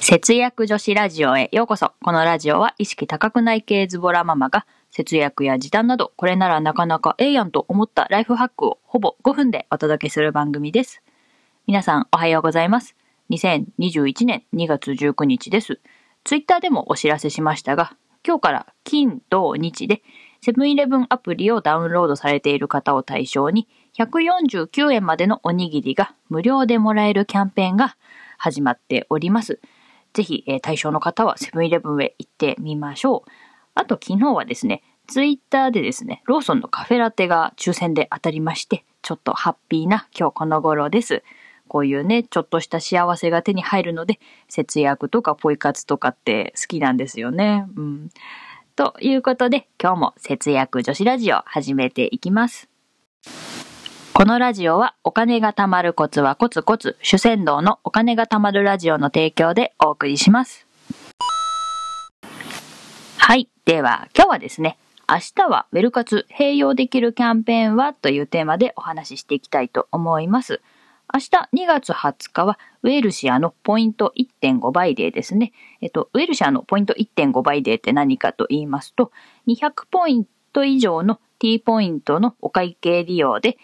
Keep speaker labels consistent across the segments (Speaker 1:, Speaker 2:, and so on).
Speaker 1: 節約女子ラジオへようこそ。このラジオは意識高くない系ズボラママが節約や時短などこれならなかなかええやんと思ったライフハックをほぼ5分でお届けする番組です。皆さんおはようございます。2021年2月19日です。ツイッターでもお知らせしましたが、今日から金土日でセブンイレブンアプリをダウンロードされている方を対象に149円までのおにぎりが無料でもらえるキャンペーンが始まっております。ぜひ、対象の方はセブンイレブンへ行ってみましょう。あと昨日はですね、ツイッターでですね、ローソンのカフェラテが抽選で当たりまして、ちょっとハッピーな今日この頃です。こういうね、ちょっとした幸せが手に入るので、節約とかポイ活とかって好きなんですよね。ということで、今日も節約女子ラジオ始めていきます。このラジオはお金が貯まるコツはコツコツ主戦道のお金が貯まるラジオの提供でお送りします。はい。では今日はですね、明日はウェル活併用できるキャンペーンはというテーマでお話ししていきたいと思います。明日2月20日はウェルシアのポイント 1.5 倍デーですね。ウェルシアのポイント 1.5 倍デーって何かと言いますと、200ポイント以上の T ポイントのお会計利用で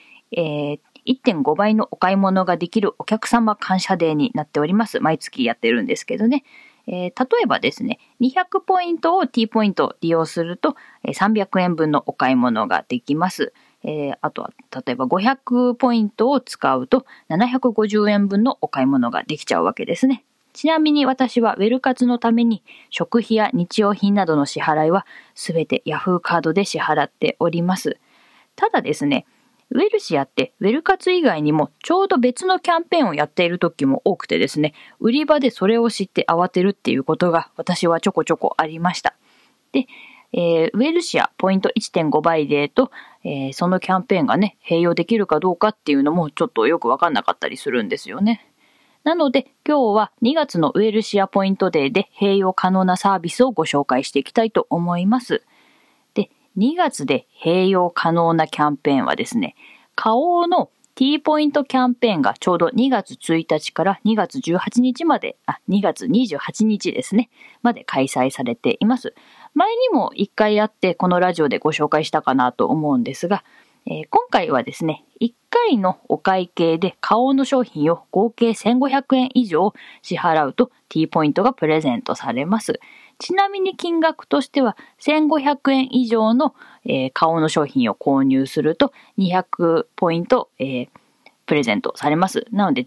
Speaker 1: 1.5 倍のお買い物ができるお客様感謝デーになっております。毎月やってるんですけどね。例えばですね、200ポイントを T ポイント利用すると300円分のお買い物ができます。あとは例えば500ポイントを使うと750円分のお買い物ができちゃうわけですね。ちなみに私はウェル活のために食費や日用品などの支払いはすべて Yahoo カードで支払っております。ただですね、ウェルシアってウェル活以外にもちょうど別のキャンペーンをやっている時も多くてですね、売り場でそれを知って慌てるっていうことが私はちょこちょこありました。で、ウェルシアポイント 1.5 倍デーと、そのキャンペーンがね、併用できるかどうかっていうのもちょっとよくわかんなかったりするんですよね。なので今日は2月のウェルシアポイントデーで併用可能なサービスをご紹介していきたいと思います。2月で併用可能なキャンペーンはですね、花王の T ポイントキャンペーンがちょうど2月1日から2月18日まで、2月28日ですね、まで開催されています。前にも1回あってこのラジオでご紹介したかなと思うんですが、今回はですね、1回のお会計で花王の商品を合計1500円以上支払うと T ポイントがプレゼントされます。ちなみに金額としては1500円以上の、花王の商品を購入すると200ポイント、プレゼントされます。なので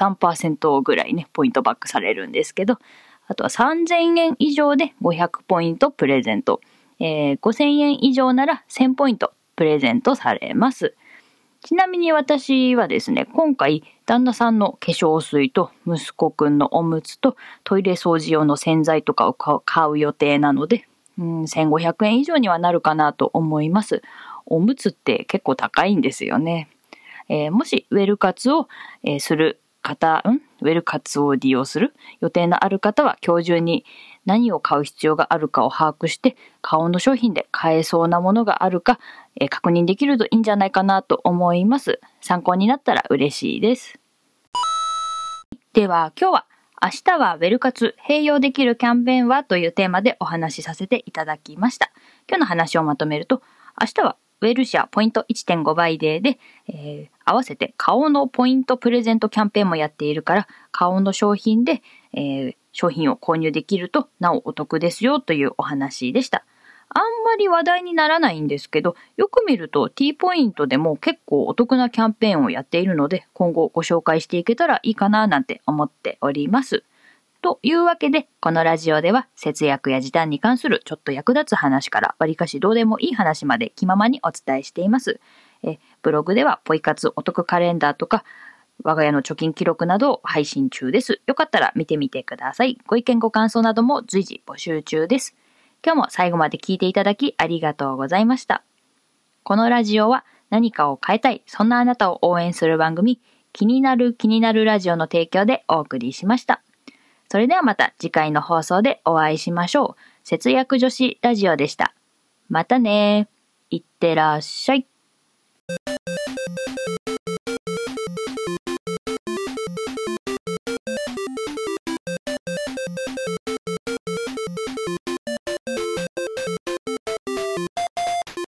Speaker 1: 13% ぐらいね、ポイントバックされるんですけど、あとは3000円以上で500ポイントプレゼント、5000円以上なら1000ポイントプレゼントされます。ちなみに私はですね、今回旦那さんの化粧水と息子くんのおむつとトイレ掃除用の洗剤とかを買う予定なので、1500円以上にはなるかなと思います。おむつって結構高いんですよね。もしウェル活を、する方、ウェル活を利用する予定のある方は今日中に何を買う必要があるかを把握して花王の商品で買えそうなものがあるか、確認できるといいんじゃないかなと思います。参考になったら嬉しいです。では今日は明日はウェル活併用できるキャンペーンはというテーマでお話しさせていただきました。今日の話をまとめると、明日はウェルシアポイント 1.5 倍デーで、合わせて花王のポイントプレゼントキャンペーンもやっているから花王の商品で、商品を購入できるとなおお得ですよというお話でした。あんまり話題にならないんですけど、よく見ると T ポイントでも結構お得なキャンペーンをやっているので、今後ご紹介していけたらいいかななんて思っております。というわけで、このラジオでは節約や時短に関するちょっと役立つ話からわりかしどうでもいい話まで気ままにお伝えしています。ブログではポイ活お得カレンダーとか我が家の貯金記録などを配信中です。よかったら見てみてください。ご意見ご感想なども随時募集中です。今日も最後まで聞いていただきありがとうございました。このラジオは何かを変えたい、そんなあなたを応援する番組、気になるラジオの提供でお送りしました。それではまた次回の放送でお会いしましょう。節約女子ラジオでした。またね。いってらっしゃい。